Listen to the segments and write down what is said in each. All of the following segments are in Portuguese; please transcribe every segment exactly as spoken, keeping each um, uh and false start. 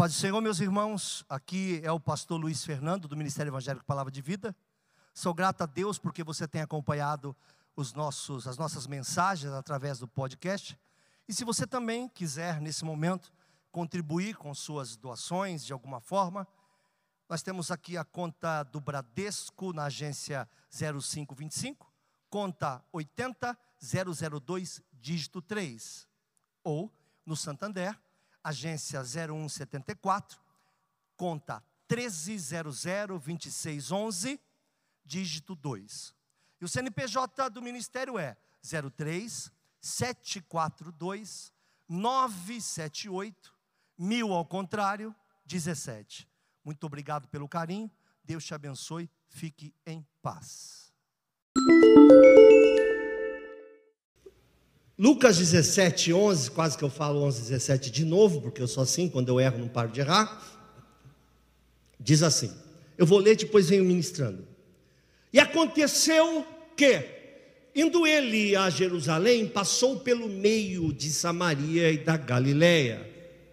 Paz do Senhor, meus irmãos, aqui é o pastor Luiz Fernando, do Ministério Evangélico Palavra de Vida. Sou grato a Deus porque você tem acompanhado os nossos, as nossas mensagens através do podcast. E se você também quiser, nesse momento, contribuir com suas doações de alguma forma, nós temos aqui a conta do Bradesco na agência zero cinco vinte e cinco, conta oitenta zero zero dois, dígito três, ou no Santander, agência zero um setenta e quatro, conta treze zero zero vinte e seis onze, dígito dois. E o C N P J do Ministério é zero três sete quatro dois nove sete oito mil ao contrário, dezessete. Muito obrigado pelo carinho, Deus te abençoe, fique em paz. Lucas dezessete, onze, quase que eu falo onze, dezessete de novo, porque eu sou assim, quando eu erro não paro de errar. Diz assim, eu vou ler, depois venho ministrando. E aconteceu que, indo ele a Jerusalém, passou pelo meio de Samaria e da Galileia.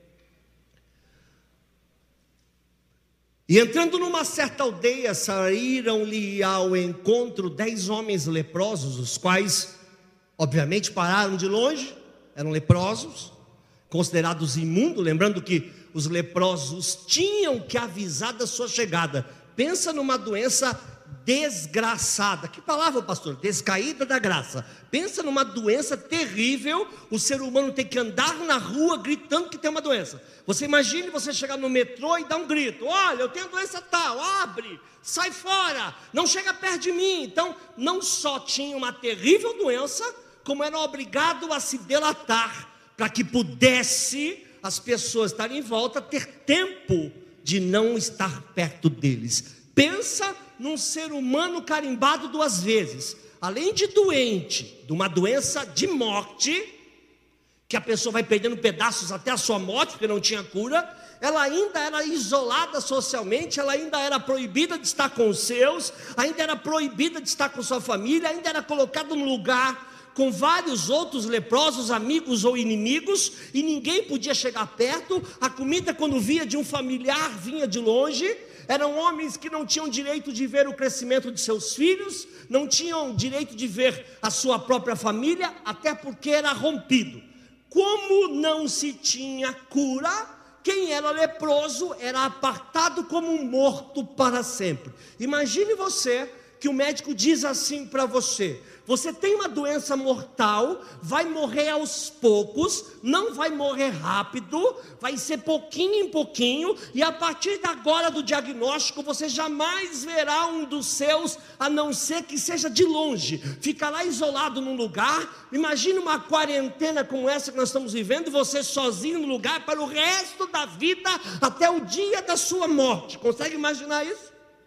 E entrando numa certa aldeia, saíram-lhe ao encontro dez homens leprosos, os quais obviamente pararam de longe, eram leprosos, considerados imundos, lembrando que os leprosos tinham que avisar da sua chegada. Pensa numa doença desgraçada, que palavra, pastor? Descaída da graça. Pensa numa doença terrível, o ser humano tem que andar na rua gritando que tem uma doença. Você imagine você chegar no metrô e dar um grito, olha, eu tenho a doença tal, abre, sai fora, não chega perto de mim. Então, não só tinha uma terrível doença, como era obrigado a se delatar, para que pudesse as pessoas estarem em volta, ter tempo de não estar perto deles. Pensa num ser humano carimbado duas vezes, além de doente, de uma doença de morte, que a pessoa vai perdendo pedaços até a sua morte, porque não tinha cura. Ela ainda era isolada socialmente, ela ainda era proibida de estar com os seus, ainda era proibida de estar com sua família, ainda era colocada num lugar com vários outros leprosos, amigos ou inimigos, e ninguém podia chegar perto. A comida, quando via de um familiar, vinha de longe. Eram homens que não tinham direito de ver o crescimento de seus filhos, não tinham direito de ver a sua própria família, até porque era rompido. Como não se tinha cura, quem era leproso era apartado como um morto para sempre. Imagine você que o médico diz assim para você: você tem uma doença mortal, vai morrer aos poucos, não vai morrer rápido, vai ser pouquinho em pouquinho, e a partir de agora do diagnóstico, você jamais verá um dos seus, a não ser que seja de longe, ficará isolado num lugar. Imagine uma quarentena como essa que nós estamos vivendo, você sozinho no lugar para o resto da vida, até o dia da sua morte. Consegue imaginar isso?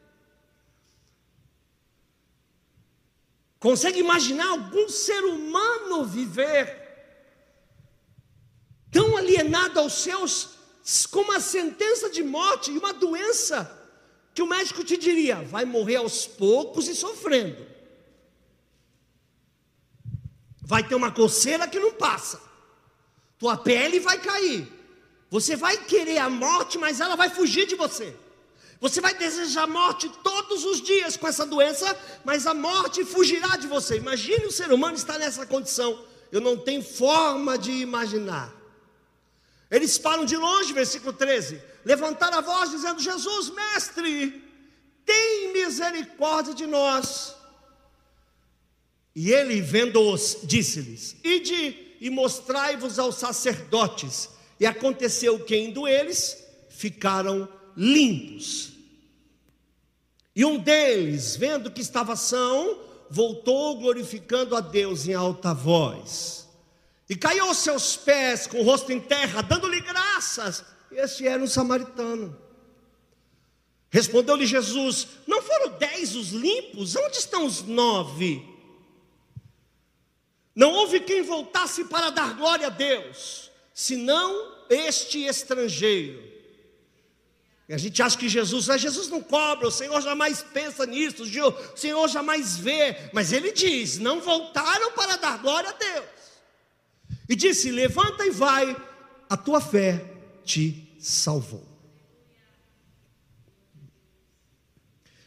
Consegue imaginar algum ser humano viver tão alienado aos seus, com uma sentença de morte e uma doença que o médico te diria, vai morrer aos poucos e sofrendo, vai ter uma coceira que não passa, tua pele vai cair, você vai querer a morte, mas ela vai fugir de você. Você vai desejar morte todos os dias com essa doença, mas a morte fugirá de você. Imagine o ser humano estar nessa condição. Eu não tenho forma de imaginar. Eles param de longe, versículo treze. Levantaram a voz dizendo, Jesus, mestre, tem misericórdia de nós. E ele, vendo-os, disse-lhes, ide e mostrai-vos aos sacerdotes. E aconteceu que, indo eles, ficaram limpos. E um deles, vendo que estava são, voltou glorificando a Deus em alta voz, e caiu aos seus pés com o rosto em terra, dando-lhe graças. Este era um samaritano. Respondeu-lhe Jesus, não foram dez os limpos? Onde estão os nove? Não houve quem voltasse para dar glória a Deus, senão este estrangeiro. E a gente acha que Jesus, ah, Jesus não cobra, o Senhor jamais pensa nisso, o Senhor jamais vê. Mas ele diz, não voltaram para dar glória a Deus. E disse, levanta e vai, a tua fé te salvou.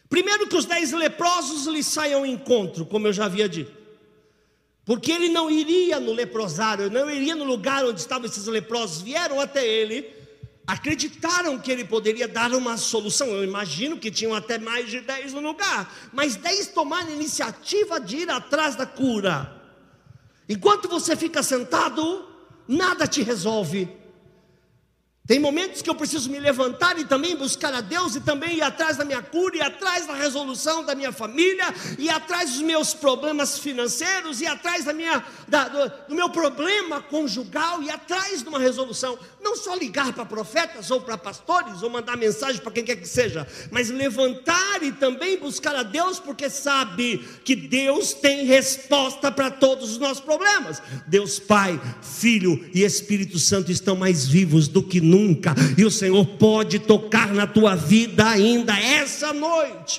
Primeiro que os dez leprosos lhe saiam ao encontro, como eu já havia dito, porque ele não iria no leprosário, não iria no lugar onde estavam esses leprosos. Vieram até ele, acreditaram que ele poderia dar uma solução. Eu imagino que tinham até mais de dez no lugar, mas dez tomaram a iniciativa de ir atrás da cura. Enquanto você fica sentado, nada te resolve. Tem momentos que eu preciso me levantar e também buscar a Deus, e também ir atrás da minha cura, ir atrás da resolução da minha família, ir atrás dos meus problemas financeiros, ir atrás da minha, da, do, do meu problema conjugal, ir atrás de uma resolução. Não só ligar para profetas ou para pastores, ou mandar mensagem para quem quer que seja, mas levantar e também buscar a Deus, porque sabe que Deus tem resposta para todos os nossos problemas. Deus Pai, Filho e Espírito Santo estão mais vivos do que nunca. Nunca, e o Senhor pode tocar na tua vida ainda essa noite.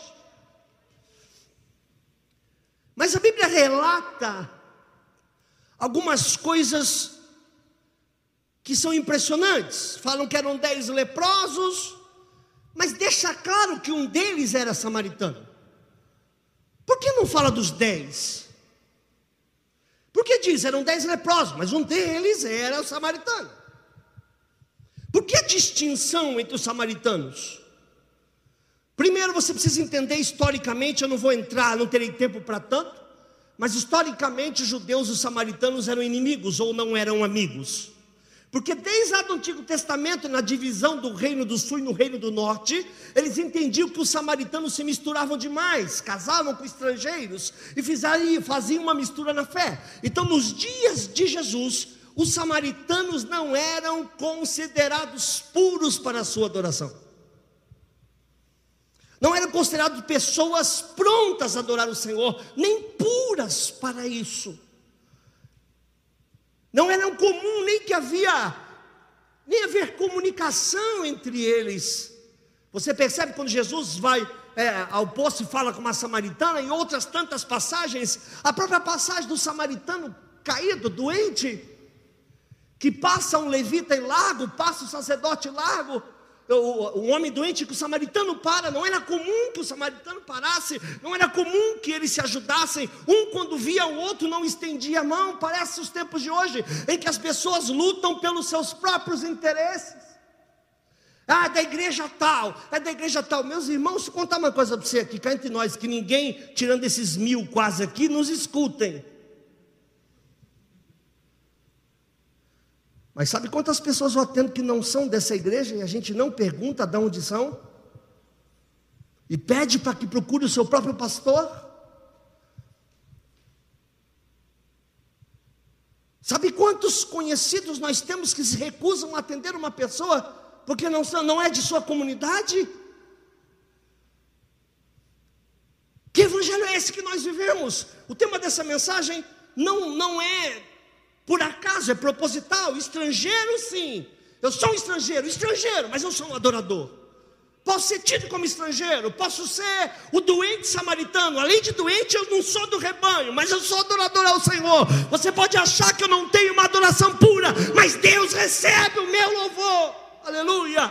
Mas a Bíblia relata algumas coisas que são impressionantes. Falam que eram dez leprosos, mas deixa claro que um deles era samaritano. Por que não fala dos dez? Porque diz, eram dez leprosos, mas um deles era o samaritano. Por que a distinção entre os samaritanos? Primeiro você precisa entender historicamente, eu não vou entrar, não terei tempo para tanto, mas historicamente os judeus e os samaritanos eram inimigos ou não eram amigos. Porque desde lá do Antigo Testamento, na divisão do reino do sul e no reino do norte, eles entendiam que os samaritanos se misturavam demais, casavam com estrangeiros e fizeram, faziam uma mistura na fé. Então nos dias de Jesus, os samaritanos não eram considerados puros para a sua adoração. Não eram considerados pessoas prontas a adorar o Senhor, nem puras para isso. Não era comum, nem que havia, nem haver comunicação entre eles. Você percebe quando Jesus vai é, ao poço e fala com uma samaritana, em outras tantas passagens, a própria passagem do samaritano caído, doente, que passa um levita e largo, passa o sacerdote e largo, o, o homem doente que o samaritano para. Não era comum que o samaritano parasse, não era comum que eles se ajudassem. Um quando via o outro não estendia a mão. Parece os tempos de hoje, em que as pessoas lutam pelos seus próprios interesses. Ah, da igreja tal, é da igreja tal. Meus irmãos, deixa eu contar uma coisa para você aqui, cá entre nós, que ninguém, tirando esses mil quase aqui, nos escutem. Mas sabe quantas pessoas eu atendo que não são dessa igreja e a gente não pergunta de onde são? E pede para que procure o seu próprio pastor? Sabe quantos conhecidos nós temos que se recusam a atender uma pessoa porque não, são, não é de sua comunidade? Que evangelho é esse que nós vivemos? O tema dessa mensagem não, não é por acaso, é proposital. Estrangeiro, sim. Eu sou um estrangeiro, estrangeiro, mas eu sou um adorador. Posso ser tido como estrangeiro, posso ser o doente samaritano. Além de doente, eu não sou do rebanho, mas eu sou adorador ao Senhor. Você pode achar que eu não tenho uma adoração pura, mas Deus recebe o meu louvor. Aleluia.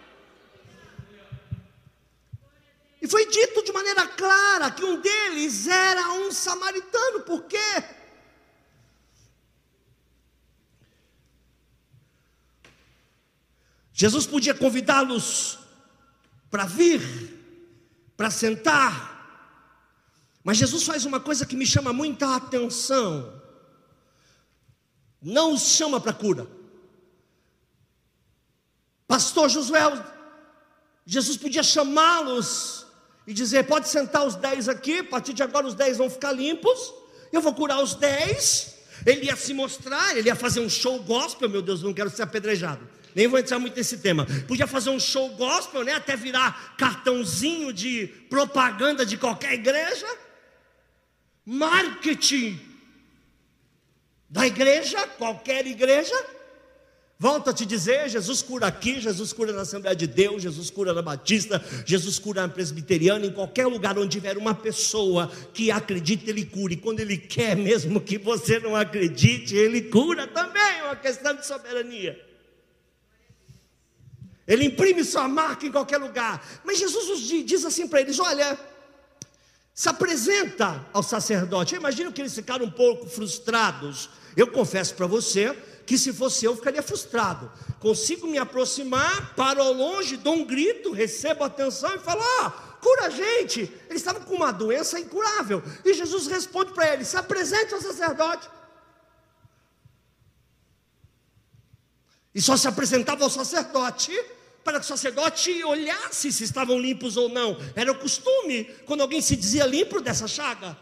E foi dito de maneira clara que um deles era um samaritano. Por quê? Jesus podia convidá-los para vir, para sentar, mas Jesus faz uma coisa que me chama muita atenção. Não os chama para cura. Pastor Josué, Jesus podia chamá-los e dizer: pode sentar os dez aqui, a partir de agora os dez vão ficar limpos, eu vou curar os dez. Ele ia se mostrar, ele ia fazer um show gospel. Meu Deus, não quero ser apedrejado, nem vou entrar muito nesse tema. Podia fazer um show gospel, né? Até virar cartãozinho de propaganda de qualquer igreja. Marketing da igreja, qualquer igreja. Volto a te dizer, Jesus cura aqui, Jesus cura na Assembleia de Deus, Jesus cura na Batista, Jesus cura na Presbiteriana. Em qualquer lugar onde tiver uma pessoa que acredita, Ele cura. E quando Ele quer, mesmo que você não acredite, Ele cura também. É uma questão de soberania. Ele imprime sua marca em qualquer lugar. Mas Jesus diz assim para eles: olha, se apresenta ao sacerdote. Eu imagino que eles ficaram um pouco frustrados. Eu confesso para você que se fosse eu, ficaria frustrado. Consigo me aproximar, paro ao longe, dou um grito, recebo atenção e falo: ah, cura a gente. Eles estavam com uma doença incurável. E Jesus responde para eles: se apresente ao sacerdote. E só se apresentava ao sacerdote para que o sacerdote olhasse se estavam limpos ou não. Era o costume, quando alguém se dizia limpo dessa chaga.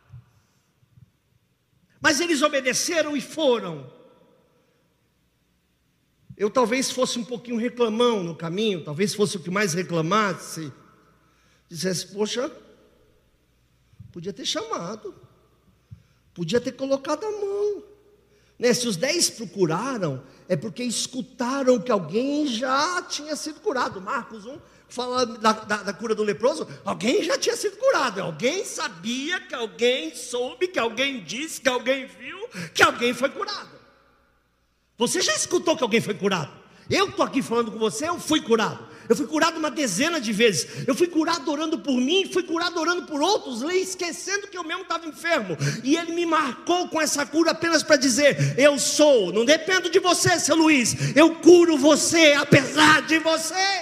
Mas eles obedeceram e foram. Eu talvez fosse um pouquinho reclamão no caminho, talvez fosse o que mais reclamasse. Dissesse: poxa, podia ter chamado, podia ter colocado a mão. Né? Se os dez procuraram, é porque escutaram que alguém já tinha sido curado. Marcos um fala da, da, da cura do leproso. Alguém já tinha sido curado. Alguém sabia, que alguém soube, que alguém disse, que alguém viu, que alguém foi curado. Você já escutou que alguém foi curado? Eu estou aqui falando com você, eu fui curado. Eu fui curado uma dezena de vezes. Eu fui curado orando por mim, fui curado orando por outros, esquecendo que eu mesmo estava enfermo. E Ele me marcou com essa cura apenas para dizer: eu sou, não dependo de você, seu Luiz. Eu curo você, apesar de você.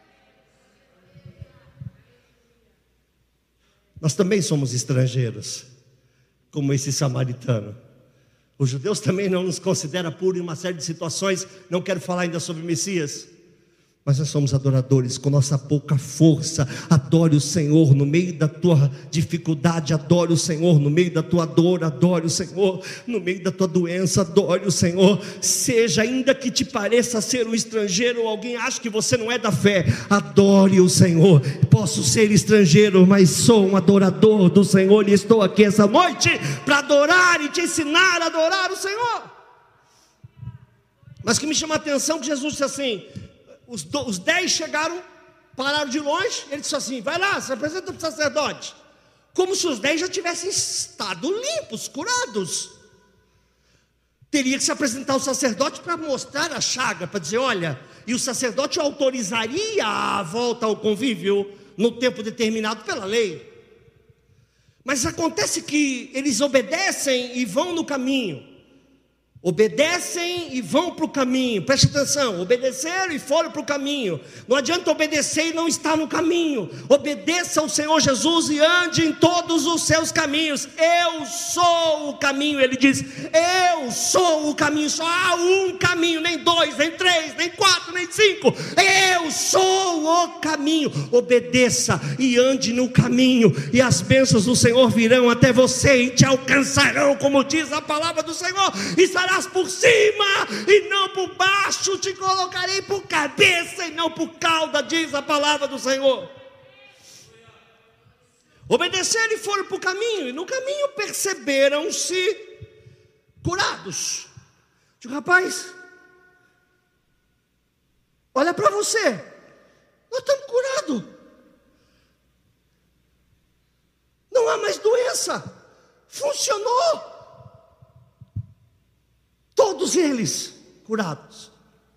Nós também somos estrangeiros, como esse samaritano. Os judeus também não nos consideram puros em uma série de situações. Não quero falar ainda sobre o Messias. Mas nós somos adoradores, com nossa pouca força. Adore o Senhor no meio da tua dificuldade. Adore o Senhor no meio da tua dor. Adore o Senhor no meio da tua doença. Adore o Senhor. Seja, ainda que te pareça ser um estrangeiro, ou alguém acha que você não é da fé, adore o Senhor. Posso ser estrangeiro, mas sou um adorador do Senhor. E estou aqui essa noite para adorar e te ensinar a adorar o Senhor. Mas o que me chama a atenção é que Jesus disse assim: Os, do, os dez chegaram, pararam de longe. Ele disse assim: vai lá, se apresenta para o sacerdote. Como se os dez já tivessem estado limpos, curados. Teria que se apresentar ao sacerdote para mostrar a chaga, para dizer: olha. E o sacerdote autorizaria a volta ao convívio no tempo determinado pela lei. Mas acontece que eles obedecem e vão no caminho. Obedecem e vão para o caminho. Preste atenção, obedeceram e foram para o caminho. Não adianta obedecer e não estar no caminho. Obedeça ao Senhor Jesus e ande em todos os seus caminhos. Eu sou o caminho, Ele diz: eu sou o caminho. Só há um caminho, nem dois, nem três, nem quatro, nem cinco. Eu sou o caminho. Obedeça e ande no caminho, e as bênçãos do Senhor virão até você e te alcançarão, como diz a palavra do Senhor. E estarás por cima e não por baixo, te colocarei por cabeça e não por cauda, diz a palavra do Senhor. Obedeceram e foram para o caminho, e no caminho perceberam-se curados. Digo: rapaz, olha para você, nós estamos curados, não há mais doença, funcionou. Todos eles curados.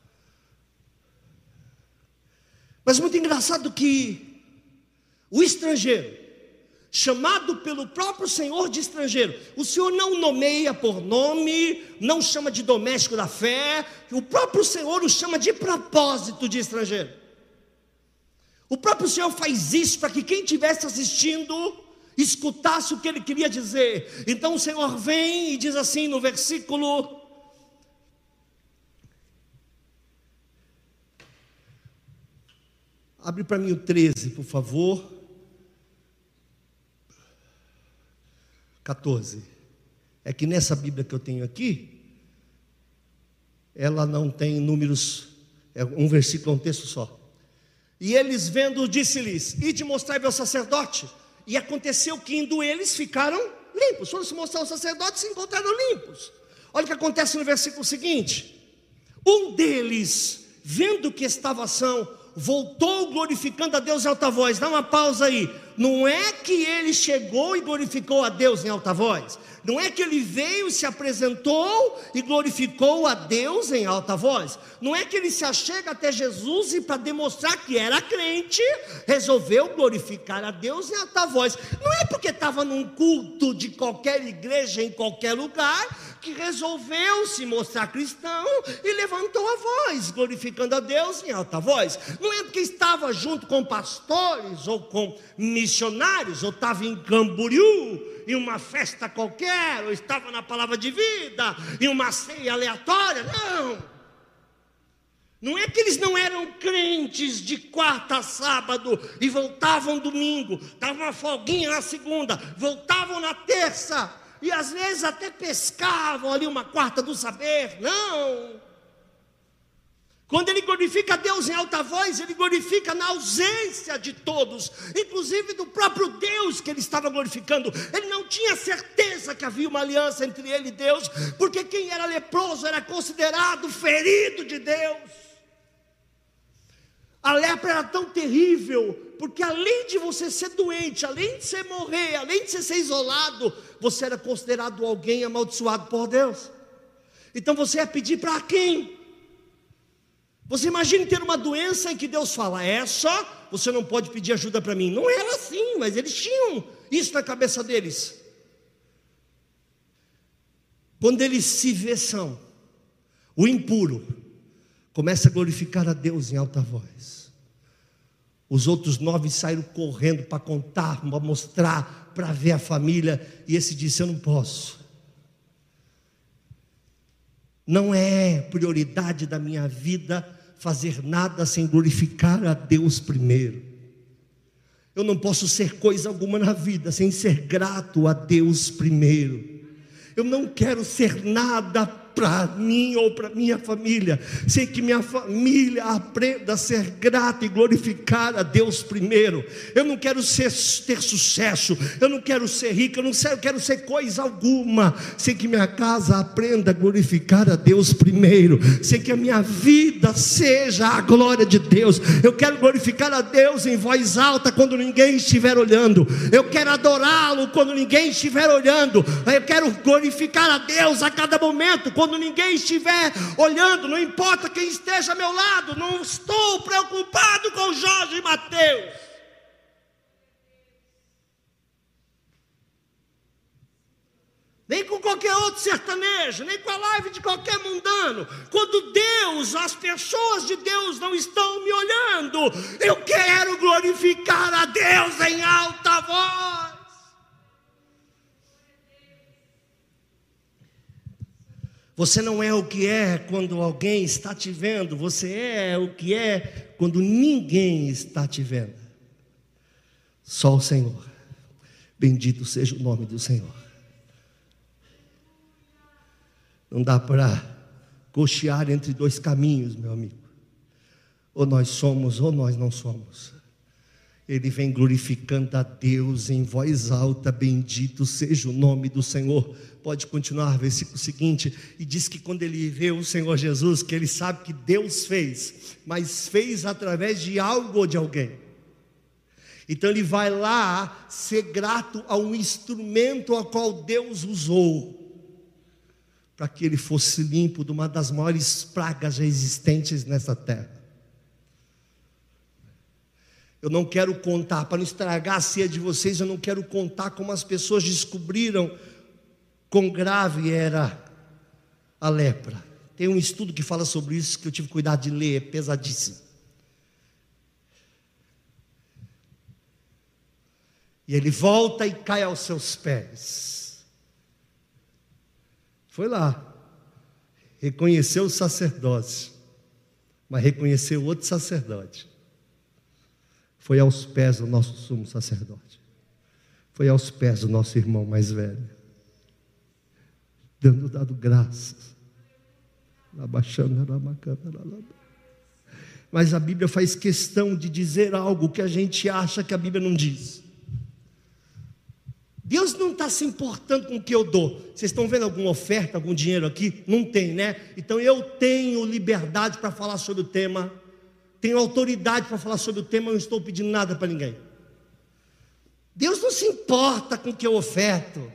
Mas muito engraçado que o estrangeiro, chamado pelo próprio Senhor de estrangeiro, o Senhor não nomeia por nome, não chama de doméstico da fé, o próprio Senhor o chama de propósito de estrangeiro. O próprio Senhor faz isso para que quem estivesse assistindo escutasse o que Ele queria dizer. Então o Senhor vem e diz assim no versículo abre para mim o treze, por favor. quatorze. É que nessa Bíblia que eu tenho aqui, ela não tem números, é um versículo, é um texto só. E eles vendo, disse-lhes: ide mostrai-me ao sacerdote. E aconteceu que indo eles ficaram limpos. Foram se mostrar ao sacerdote e se encontraram limpos. Olha o que acontece no versículo seguinte: um deles, vendo que estava são, voltou glorificando a Deus em alta voz. Dá uma pausa aí. não é que ele chegou e glorificou a Deus em alta voz, não é que ele veio, se apresentou e glorificou a Deus em alta voz, não é que ele se achega até Jesus e para demonstrar que era crente, resolveu glorificar a Deus em alta voz. Não é porque estava num culto de qualquer igreja, em qualquer lugar, que resolveu se mostrar cristão e levantou a voz, glorificando a Deus em alta voz. Não é porque estava junto com pastores ou com missionários, ou estava em Camboriú, em uma festa qualquer, ou estava na Palavra de Vida, em uma ceia aleatória. Não, não é que eles não eram crentes de quarta a sábado e voltavam domingo, davam uma folguinha na segunda, voltavam na terça, e às vezes até pescavam ali uma quarta do saber. Não. Quando ele glorifica a Deus em alta voz, ele glorifica na ausência de todos, inclusive do próprio Deus que ele estava glorificando. Ele não tinha certeza que havia uma aliança entre ele e Deus, porque quem era leproso era considerado ferido de Deus. A lepra era tão terrível, porque além de você ser doente, além de você morrer, além de você ser isolado, você era considerado alguém amaldiçoado por Deus. Então você ia pedir para quem? Você imagina ter uma doença em que Deus fala: é só, você não pode pedir ajuda para mim. Não era assim, mas eles tinham isso na cabeça deles. Quando eles se vê são, o impuro começa a glorificar a Deus em alta voz. Os outros nove saíram correndo para contar, para mostrar, para ver a família. E esse disse: eu não posso. Não é prioridade da minha vida fazer nada sem glorificar a Deus primeiro. Eu não posso ser coisa alguma na vida sem ser grato a Deus primeiro. Eu não quero ser nada para mim ou para minha família, sei que minha família aprenda a ser grata e glorificar a Deus primeiro. Eu não quero ser, ter sucesso, eu não quero ser rico, eu não sei, eu quero ser coisa alguma, sei que minha casa aprenda a glorificar a Deus primeiro, sei que a minha vida seja a glória de Deus. Eu quero glorificar a Deus em voz alta quando ninguém estiver olhando, eu quero adorá-lo quando ninguém estiver olhando, eu quero glorificar a Deus a cada momento, quando ninguém estiver olhando, não importa quem esteja ao meu lado. Não estou preocupado com Jorge e Mateus. Nem com qualquer outro sertanejo, nem com a live de qualquer mundano. Quando Deus, as pessoas de Deus não estão me olhando, eu quero glorificar a Deus em alta voz. Você não é o que é quando alguém está te vendo, você é o que é quando ninguém está te vendo. Só o Senhor. Bendito seja o nome do Senhor. Não dá para cochear entre dois caminhos, meu amigo. Ou nós somos ou nós não somos. Ele vem glorificando a Deus em voz alta: bendito seja o nome do Senhor. Pode continuar, versículo seguinte. E diz que quando ele vê o Senhor Jesus, que ele sabe que Deus fez, mas fez através de algo ou de alguém. Então ele vai lá ser grato a um instrumento ao qual Deus usou, para que ele fosse limpo de uma das maiores pragas já existentes nessa terra. Eu não quero contar, para não estragar a ceia de vocês, eu não quero contar como as pessoas descobriram quão grave era a lepra. Tem um estudo que fala sobre isso, que eu tive cuidado de ler, é pesadíssimo. E ele volta e cai aos seus pés. Foi lá, reconheceu o sacerdócio, mas reconheceu outro sacerdote. Foi aos pés do nosso sumo sacerdote, foi aos pés do nosso irmão mais velho, dando dado graças. Mas a Bíblia faz questão de dizer algo que a gente acha que a Bíblia não diz. Deus não está se importando com o que eu dou. Vocês estão vendo alguma oferta, algum dinheiro aqui? Não tem, né? Então eu tenho liberdade para falar sobre o tema, tenho autoridade para falar sobre o tema, eu não estou pedindo nada para ninguém. Deus não se importa com o que eu oferto.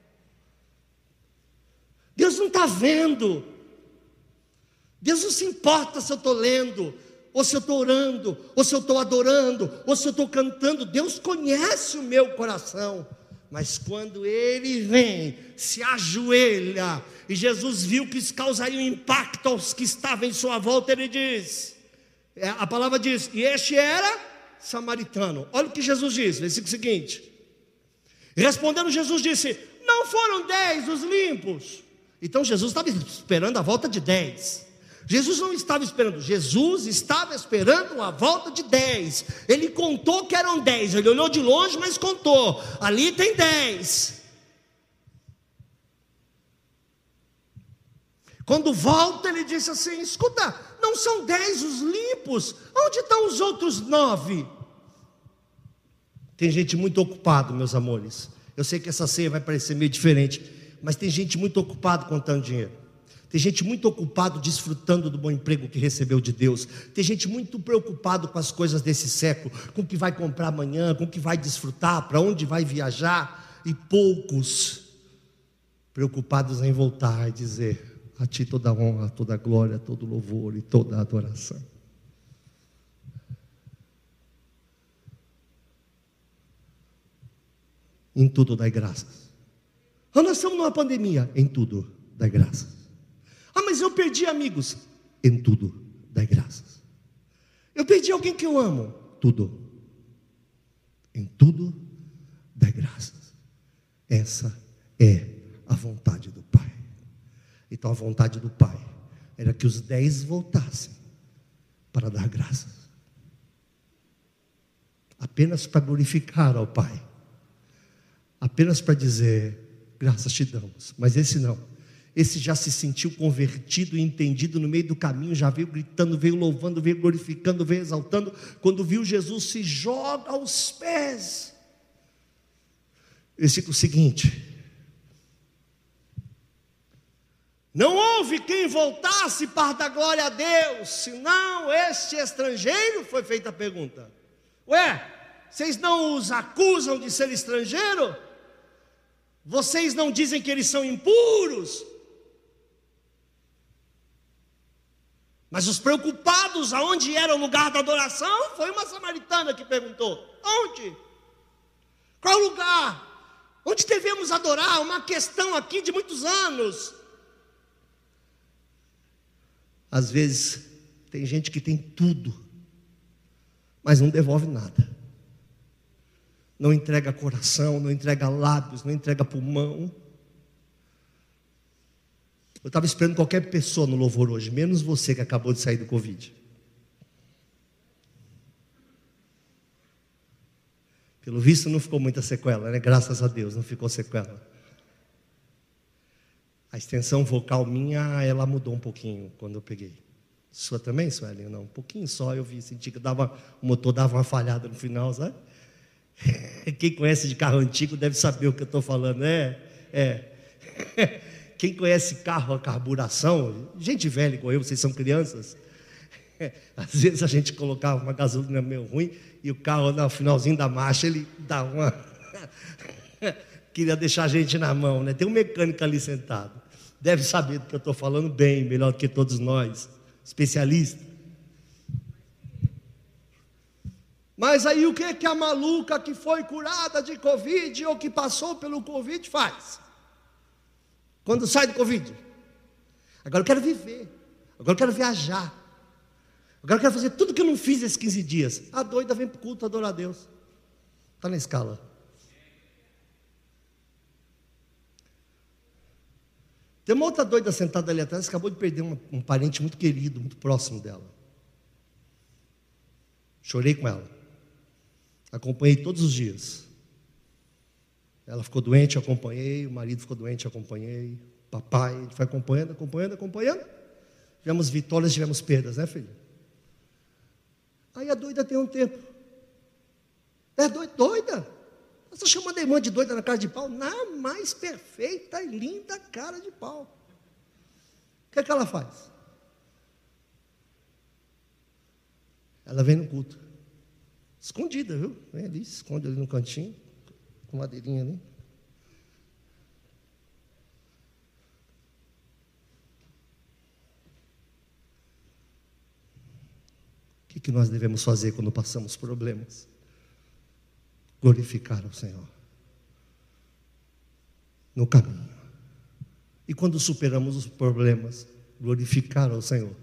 Deus não está vendo. Deus não se importa se eu estou lendo, ou se eu estou orando, ou se eu estou adorando, ou se eu estou cantando. Deus conhece o meu coração. Mas quando Ele vem, se ajoelha, e Jesus viu que isso causaria um impacto aos que estavam em sua volta, Ele diz, a palavra diz, e este era samaritano. Olha o que Jesus diz, versículo seguinte. Respondendo, Jesus disse, não foram dez os limpos? Então Jesus estava esperando a volta de dez. Jesus não estava esperando, Jesus estava esperando a volta de dez. Ele contou que eram dez, ele olhou de longe, mas contou, ali tem dez. Quando volta, ele disse assim, escuta, não são dez os limpos, onde estão os outros nove? Tem gente muito ocupada, meus amores. Eu sei que essa ceia vai parecer meio diferente, mas tem gente muito ocupada contando dinheiro. Tem gente muito ocupado desfrutando do bom emprego que recebeu de Deus. Tem gente muito preocupado com as coisas desse século, com o que vai comprar amanhã, com o que vai desfrutar, para onde vai viajar. E poucos preocupados em voltar e dizer, a Ti toda a honra, toda a glória, todo o louvor e toda a adoração. Em tudo dai graças. Ah, nós estamos numa pandemia. Em tudo dai graças. Ah, mas eu perdi amigos. Em tudo dai graças. Eu perdi alguém que eu amo. Tudo. Em tudo dai graças. Essa é a vontade do Pai. Então a vontade do Pai era que os dez voltassem para dar graças. Apenas para glorificar ao Pai. Apenas para dizer, graças te damos. Mas esse não. Esse já se sentiu convertido e entendido no meio do caminho, já veio gritando, veio louvando, veio glorificando, veio exaltando. Quando viu Jesus, se joga aos pés. Versículo seguinte. Não houve quem voltasse para dar glória a Deus, senão este estrangeiro, foi feita a pergunta. Ué, vocês não os acusam de ser estrangeiro? Vocês não dizem que eles são impuros? Mas os preocupados, aonde era o lugar da adoração, foi uma samaritana que perguntou, onde? Qual lugar? Onde devemos adorar? Uma questão aqui de muitos anos. Às vezes, tem gente que tem tudo, mas não devolve nada. Não entrega coração, não entrega lábios, não entrega pulmão. Eu estava esperando qualquer pessoa no louvor hoje, menos você que acabou de sair do Covid. Pelo visto não ficou muita sequela, né? Graças a Deus não ficou sequela. A extensão vocal minha, ela mudou um pouquinho quando eu peguei. Sua também, Sueli? Não, um pouquinho só, eu vi, senti que dava, o motor dava uma falhada no final, sabe? Quem conhece de carro antigo deve saber o que eu estou falando, né? É. Quem conhece carro a carburação, gente velha igual eu, vocês são crianças, às vezes a gente colocava uma gasolina meio ruim e o carro no finalzinho da marcha ele dá uma queria deixar a gente na mão, né? Tem um mecânico ali sentado, deve saber do que eu estou falando bem, melhor do que todos nós, especialista. Mas aí o que que a maluca que foi curada de Covid ou que passou pelo Covid faz? Quando sai do Covid? Agora eu quero viver, agora eu quero viajar, agora eu quero fazer tudo que eu não fiz esses quinze dias. A doida vem para o culto adorar a Deus. Está na escala. Tem uma outra doida sentada ali atrás, acabou de perder um, um parente muito querido, muito próximo dela. Chorei com ela. Acompanhei todos os dias. Ela ficou doente, acompanhei. O marido ficou doente, acompanhei. Papai, a gente foi acompanhando, acompanhando, acompanhando. Tivemos vitórias, tivemos perdas, né, filho? Aí a doida tem um tempo. É doida, doida. Você está chamando a irmã de doida na cara de pau? Na mais perfeita e linda cara de pau. O que é que ela faz? Ela vem no culto. Escondida, viu? Vem ali, se esconde ali no cantinho. a madeirinha ali. O que, que nós devemos fazer quando passamos problemas? Glorificar ao Senhor no caminho. E quando superamos os problemas, glorificar ao Senhor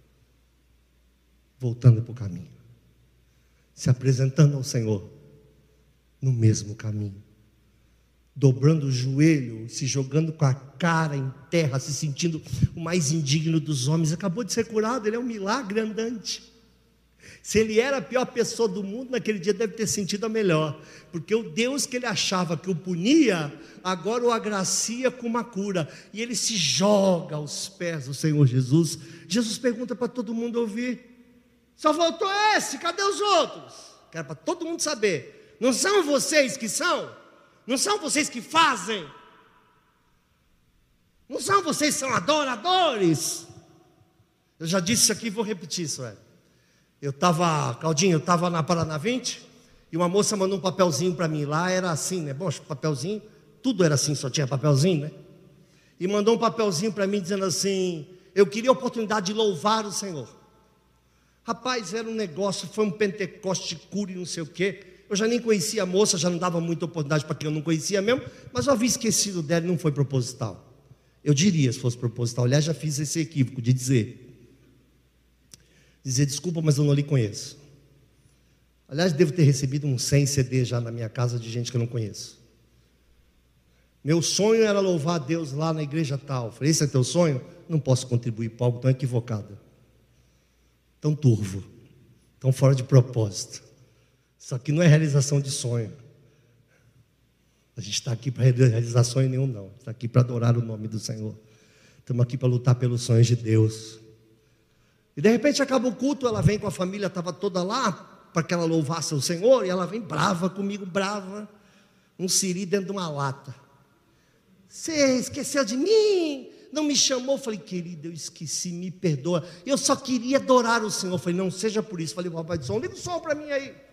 voltando para o caminho, se apresentando ao Senhor no mesmo caminho, dobrando o joelho, se jogando com a cara em terra, se sentindo o mais indigno dos homens. Acabou de ser curado, ele é um milagre andante. Se ele era a pior pessoa do mundo, naquele dia deve ter sentido a melhor, porque o Deus que ele achava que o punia, agora o agracia com uma cura, e ele se joga aos pés do Senhor Jesus. Jesus pergunta para todo mundo ouvir: só faltou esse, cadê os outros? Quero para todo mundo saber: não são vocês que são? Não são vocês que fazem? Não são vocês que são adoradores? Eu já disse isso aqui e vou repetir isso, é. Eu estava, Claudinho, eu estava na Paraná vinte, e uma moça mandou um papelzinho para mim. Lá era assim, né? Bom, papelzinho, tudo era assim, só tinha papelzinho, né? E mandou um papelzinho para mim dizendo assim: eu queria a oportunidade de louvar o Senhor. Rapaz, era um negócio, foi um Pentecoste, cura e não sei o quê. Eu já nem conhecia a moça, já não dava muita oportunidade para quem eu não conhecia mesmo, mas eu havia esquecido dela e não foi proposital. Eu diria se fosse proposital. Aliás, já fiz esse equívoco de dizer. Dizer: desculpa, mas eu não lhe conheço. Aliás, devo ter recebido uns cem C Ds já na minha casa de gente que eu não conheço. Meu sonho era louvar a Deus lá na igreja tal. Falei: esse é teu sonho? Não posso contribuir para algo tão equivocado, tão turvo, tão fora de propósito. Isso aqui não é realização de sonho. A gente está aqui para realizar sonho nenhum, não. Está aqui para adorar o nome do Senhor. Estamos aqui para lutar pelos sonhos de Deus. E de repente acaba o culto, ela vem com a família, estava toda lá, para que ela louvasse o Senhor, e ela vem brava comigo, brava, um siri dentro de uma lata. Você esqueceu de mim? Não me chamou? Eu falei: querida, eu esqueci, me perdoa, eu só queria adorar o Senhor. Eu falei: não seja por isso. Eu falei: papai do som, liga o som para mim aí.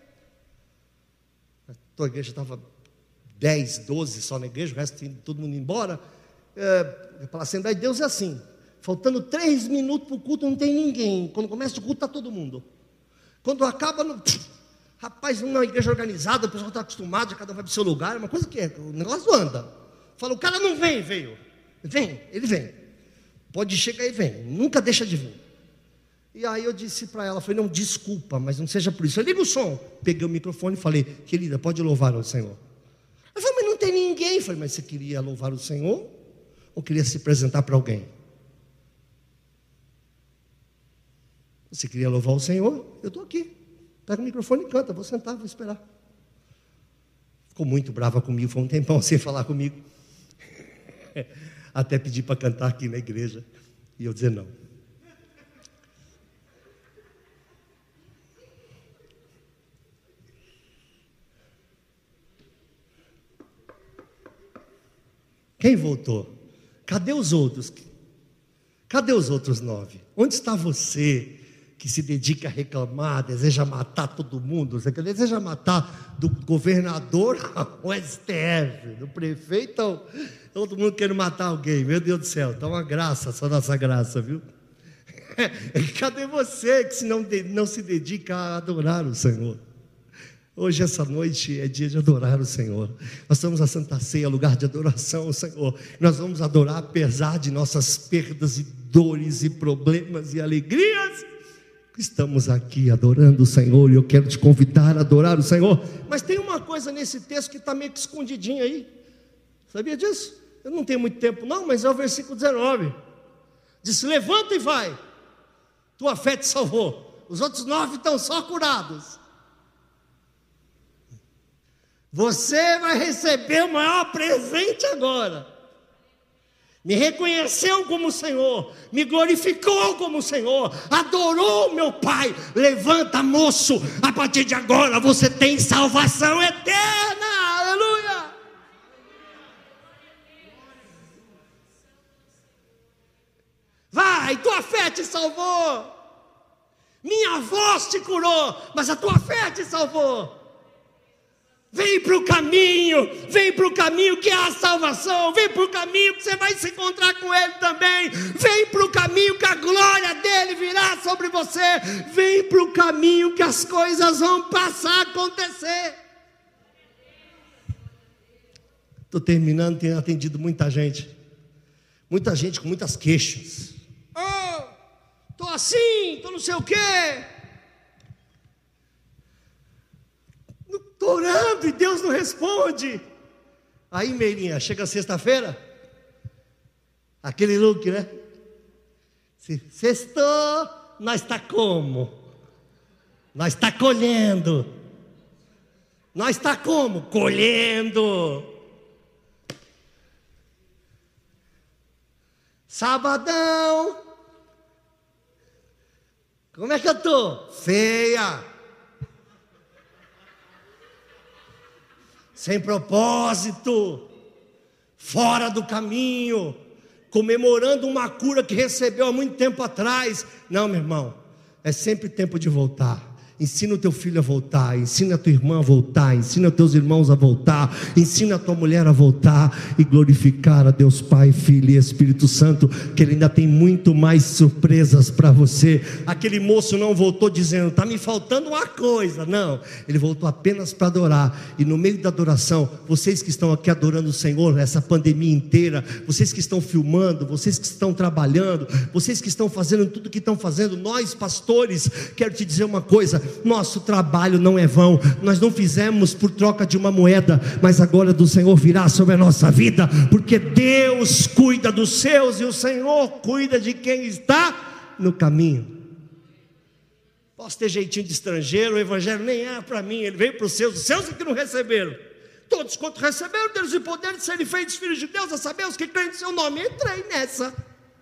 A igreja estava dez, doze só na igreja, o resto todo mundo embora. É, para a Assembleia de Deus é assim: faltando três minutos para o culto, não tem ninguém. Quando começa o culto, está todo mundo. Quando acaba, no... rapaz, numa igreja organizada, o pessoal está acostumado, cada um vai para o seu lugar, é uma coisa que é, o negócio anda. Fala: o cara não vem, veio. Vem, ele vem. Pode chegar e vem, nunca deixa de vir. E aí eu disse para ela, falei: não, desculpa, mas não seja por isso. Eu ligo o som, peguei o microfone e falei: querida, pode louvar ao Senhor. Ela falou: mas não tem ninguém. Eu falei: mas você queria louvar o Senhor? Ou queria se apresentar para alguém? Você queria louvar o Senhor? Eu estou aqui. Pega o microfone e canta. Vou sentar, vou esperar. Ficou muito brava comigo, foi um tempão sem falar comigo. Até pedir para cantar aqui na igreja, e eu dizer não. Quem voltou? Cadê os outros? Cadê os outros nove? Onde está você que se dedica a reclamar, deseja matar todo mundo? Você deseja matar do governador ao S T F, do prefeito ao... todo mundo querendo matar alguém. Meu Deus do céu, está uma graça, só nossa graça, viu? Cadê você que se não, não se dedica a adorar o Senhor? Hoje, essa noite, é dia de adorar o Senhor. Nós estamos a Santa Ceia, lugar de adoração ao Senhor. Nós vamos adorar apesar de nossas perdas e dores e problemas e alegrias. Estamos aqui adorando o Senhor, e eu quero te convidar a adorar o Senhor. Mas tem uma coisa nesse texto que está meio que escondidinha aí. Sabia disso? Eu não tenho muito tempo não, mas é o versículo dezenove. Diz: levanta e vai, tua fé te salvou. Os outros nove estão só curados. Você vai receber o maior presente agora. Me reconheceu como Senhor, me glorificou como Senhor, adorou meu Pai. Levanta, moço, a partir de agora você tem salvação eterna. Aleluia. Vai, tua fé te salvou. Minha voz te curou, mas a tua fé te salvou. Vem para o caminho, vem para o caminho que há a salvação, vem para o caminho que você vai se encontrar com Ele também, vem para o caminho que a glória dEle virá sobre você, vem para o caminho que as coisas vão passar a acontecer. Estou terminando, tenho atendido muita gente, muita gente com muitas queixas. Oh, estou assim, estou não sei o quê. Estou orando e Deus não responde. Aí, Meirinha, chega sexta-feira, aquele look, né? Sextou, nós está como? Nós está colhendo. Nós está como? Colhendo. Sabadão. Como é que eu estou? Feia. Sem propósito, fora do caminho, comemorando uma cura que recebeu há muito tempo atrás. Não, meu irmão, é sempre tempo de voltar. Ensina o teu filho a voltar, ensina a tua irmã a voltar, ensina os teus irmãos a voltar, ensina a tua mulher a voltar e glorificar a Deus Pai, Filho e Espírito Santo, que Ele ainda tem muito mais surpresas para você. Aquele moço não voltou dizendo, está me faltando uma coisa, não, ele voltou apenas para adorar. E no meio da adoração, vocês que estão aqui adorando o Senhor, essa pandemia inteira, vocês que estão filmando, vocês que estão trabalhando, vocês que estão fazendo tudo que estão fazendo, nós pastores, quero te dizer uma coisa, nosso trabalho não é vão, nós não fizemos por troca de uma moeda, mas a glória do Senhor virá sobre a nossa vida, porque Deus cuida dos seus e o Senhor cuida de quem está no caminho. Posso ter jeitinho de estrangeiro, o evangelho nem é para mim, ele veio para os seus, os seus é que não receberam. Todos quanto receberam, deles o poder de serem feitos filhos de Deus, a saber, os que creem no seu nome. Entrei nessa.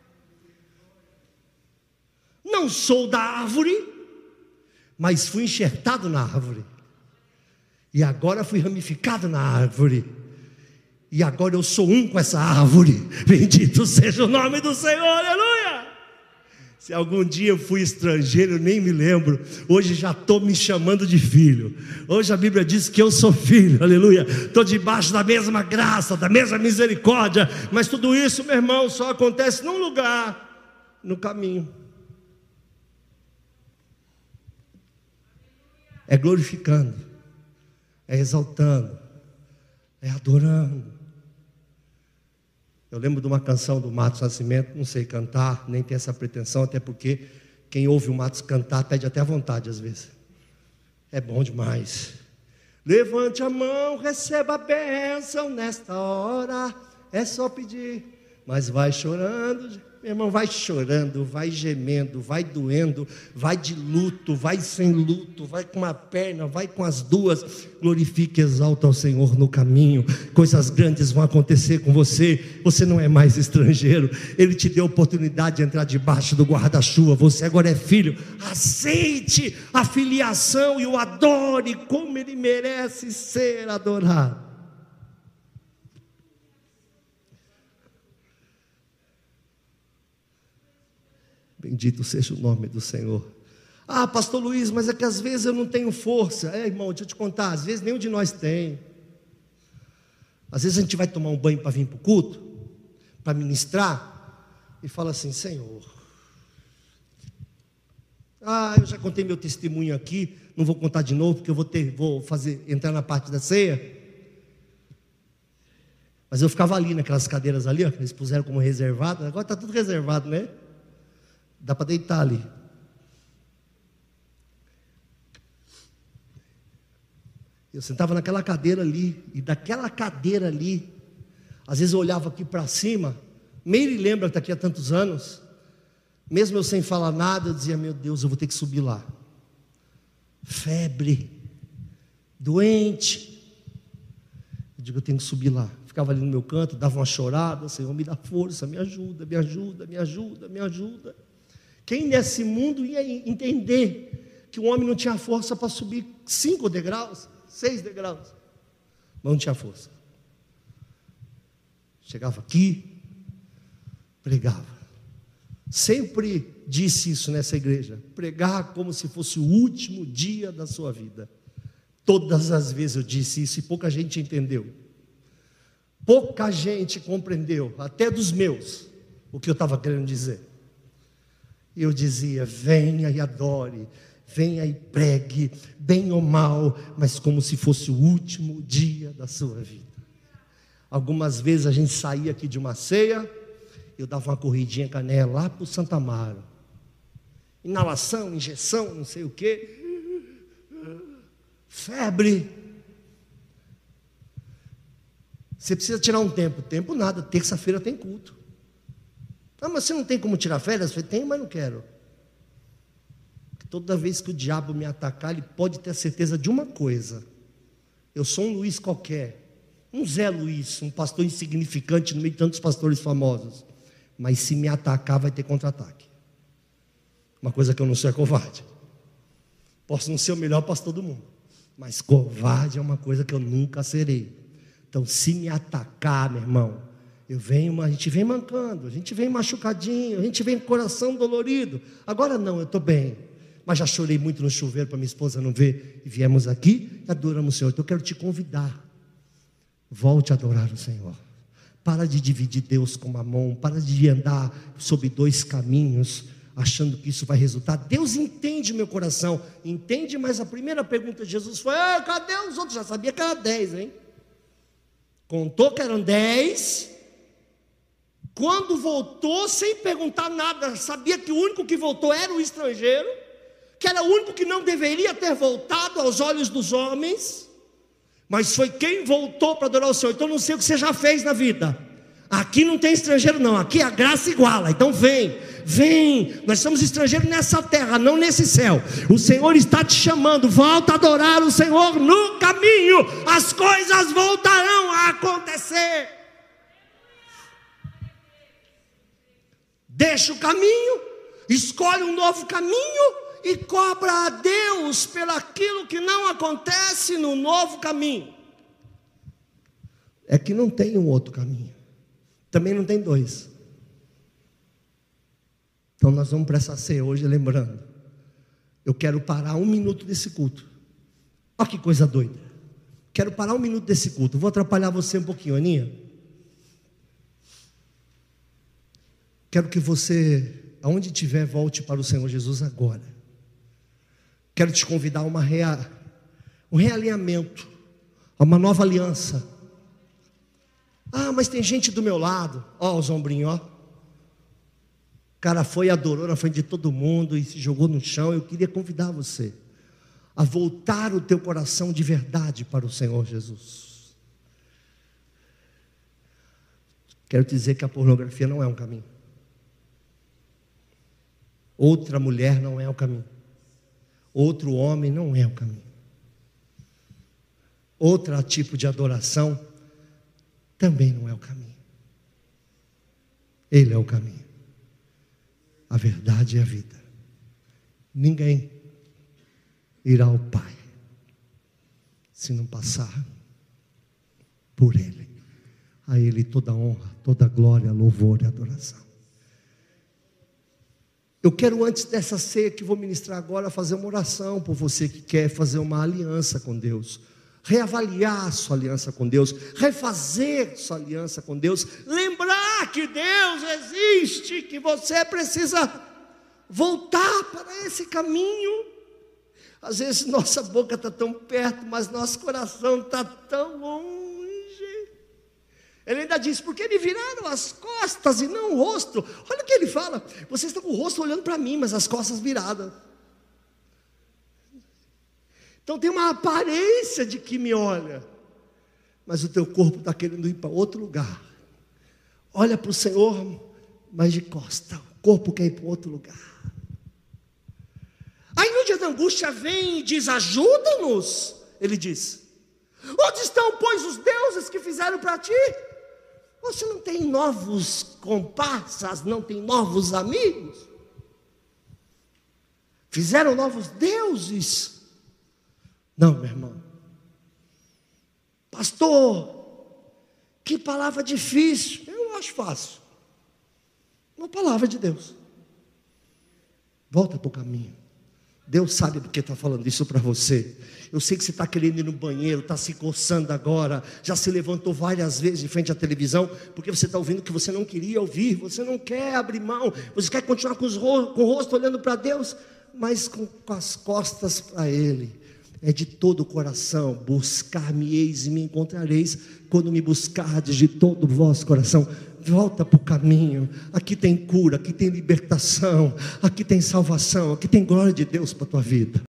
Não sou da árvore, mas fui enxertado na árvore, e agora fui ramificado na árvore, e agora eu sou um com essa árvore. Bendito seja o nome do Senhor, aleluia. Se algum dia eu fui estrangeiro, eu nem me lembro, hoje já estou me chamando de filho. Hoje a Bíblia diz que eu sou filho, aleluia. Estou debaixo da mesma graça, da mesma misericórdia, mas tudo isso, meu irmão, só acontece num lugar, no caminho. É glorificando, é exaltando, é adorando. Eu lembro de uma canção do Matos Nascimento, não sei cantar, nem tenho essa pretensão, até porque quem ouve o Matos cantar pede até a vontade às vezes. É bom demais. Levante a mão, receba a bênção nesta hora, é só pedir, mas vai chorando. Meu irmão, vai chorando, vai gemendo, vai doendo, vai de luto, vai sem luto, vai com uma perna, vai com as duas. Glorifique e exalta ao Senhor no caminho. Coisas grandes vão acontecer com você. Você não é mais estrangeiro. Ele te deu a oportunidade de entrar debaixo do guarda-chuva. Você agora é filho. Aceite a filiação e o adore como ele merece ser adorado. Bendito seja o nome do Senhor. Ah, pastor Luiz, mas é que às vezes eu não tenho força. É, irmão, deixa eu te contar, às vezes nenhum de nós tem. Às vezes a gente vai tomar um banho para vir para o culto, para ministrar, e fala assim, Senhor, ah, eu já contei meu testemunho aqui, não vou contar de novo, porque eu vou ter, vou fazer, entrar na parte da ceia. Mas eu ficava ali naquelas cadeiras ali, ó, eles puseram como reservado, agora está tudo reservado, né? Dá para deitar ali. Eu sentava naquela cadeira ali, e daquela cadeira ali, às vezes eu olhava aqui para cima, Meire lembra que está aqui há tantos anos, mesmo eu sem falar nada, eu dizia, meu Deus, eu vou ter que subir lá. Febre, doente, eu digo, eu tenho que subir lá. Ficava ali no meu canto, dava uma chorada, Senhor, me dá força, me ajuda, me ajuda, me ajuda, me ajuda. Quem nesse mundo ia entender que o homem não tinha força para subir cinco degraus, seis degraus, mas não tinha força. Chegava aqui, pregava. Sempre disse isso nessa igreja: pregar como se fosse o último dia da sua vida. Todas as vezes eu disse isso e pouca gente entendeu. Pouca gente compreendeu, até dos meus, o que eu estava querendo dizer. E eu dizia: venha e adore, venha e pregue, bem ou mal, mas como se fosse o último dia da sua vida. Algumas vezes a gente saía aqui de uma ceia, eu dava uma corridinha com a Néia lá para o Santa Amaro. Inalação, injeção, não sei o quê. Febre. Você precisa tirar um tempo. Tempo nada, terça-feira tem culto. Ah, mas você não tem como tirar férias? Eu falei: tenho, mas não quero. Toda vez que o diabo me atacar, ele pode ter a certeza de uma coisa: eu sou um Luiz qualquer, um Zé Luiz, um pastor insignificante no meio de tantos pastores famosos, mas se me atacar vai ter contra-ataque. Uma coisa que eu não sou é covarde. Posso não ser o melhor pastor do mundo, mas covarde é uma coisa que eu nunca serei. Então, se me atacar, meu irmão, eu venho, a gente vem mancando, a gente vem machucadinho, a gente vem com o coração dolorido. Agora não, eu estou bem, mas já chorei muito no chuveiro para minha esposa não ver, e viemos aqui e adoramos o Senhor. Então eu quero te convidar: volte a adorar o Senhor. Para de dividir Deus com mamão, para de andar sobre dois caminhos, achando que isso vai resultar. Deus entende o meu coração, entende, mas a primeira pergunta de Jesus foi: ah, cadê os outros? Já sabia que era dez, hein? Contou que eram dez. Quando voltou, sem perguntar nada, sabia que o único que voltou era o estrangeiro, que era o único que não deveria ter voltado aos olhos dos homens, mas foi quem voltou para adorar o Senhor. Então não sei o que você já fez na vida. Aqui não tem estrangeiro não, aqui a graça iguala. Então vem, vem, nós somos estrangeiros nessa terra, não nesse céu. O Senhor está te chamando, volta a adorar o Senhor no caminho, as coisas voltarão a acontecer. Deixa o caminho, escolhe um novo caminho e cobra a Deus pelo aquilo que não acontece no novo caminho. É que não tem um outro caminho, também não tem dois. Então nós vamos para essa ceia hoje, lembrando, eu quero parar um minuto desse culto. Olha que coisa doida. Quero parar um minuto desse culto. Vou atrapalhar você um pouquinho, Aninha. Quero que você, aonde estiver, volte para o Senhor Jesus agora. Quero te convidar a uma rea, um realinhamento, a uma nova aliança. Ah, mas tem gente do meu lado. Ó, os ombrinhos, ó. O cara foi e adorou na frente de todo mundo e se jogou no chão. Eu queria convidar você a voltar o teu coração de verdade para o Senhor Jesus. Quero te dizer que a pornografia não é um caminho. Outra mulher não é o caminho. Outro homem não é o caminho. Outro tipo de adoração também não é o caminho. Ele é o caminho, a verdade e a vida. Ninguém irá ao Pai se não passar por Ele. A Ele toda honra, toda glória, louvor e adoração. Eu quero, antes dessa ceia que vou ministrar agora, fazer uma oração por você que quer fazer uma aliança com Deus, reavaliar sua aliança com Deus, refazer sua aliança com Deus, lembrar que Deus existe, que você precisa voltar para esse caminho. Às vezes nossa boca está tão perto, mas nosso coração está tão longe. Ele ainda diz: por que me viraram as costas e não o rosto? Olha o que ele fala: vocês estão com o rosto olhando para mim, mas as costas viradas. Então tem uma aparência de que me olha, mas o teu corpo está querendo ir para outro lugar. Olha para o Senhor, mas de costa, o corpo quer ir para outro lugar. Aí no dia da angústia vem e diz: ajuda-nos. Ele diz: onde estão, pois, os deuses que fizeram para ti? Você não tem novos comparsas, não tem novos amigos? Fizeram novos deuses? Não, meu irmão. Pastor, que palavra difícil. Eu acho fácil. Uma palavra de Deus. Volta para o caminho. Deus sabe porque está falando isso para você. Eu sei que você está querendo ir no banheiro, está se coçando agora, já se levantou várias vezes de frente à televisão, porque você está ouvindo o que você não queria ouvir, você não quer abrir mão, você quer continuar com, os ro- com o rosto olhando para Deus, mas com, com as costas para Ele. É de todo o coração: buscar-me-eis e me encontrareis, quando me buscardes de todo o vosso coração. Volta para o caminho. Aqui tem cura, aqui tem libertação, aqui tem salvação, aqui tem glória de Deus para a tua vida.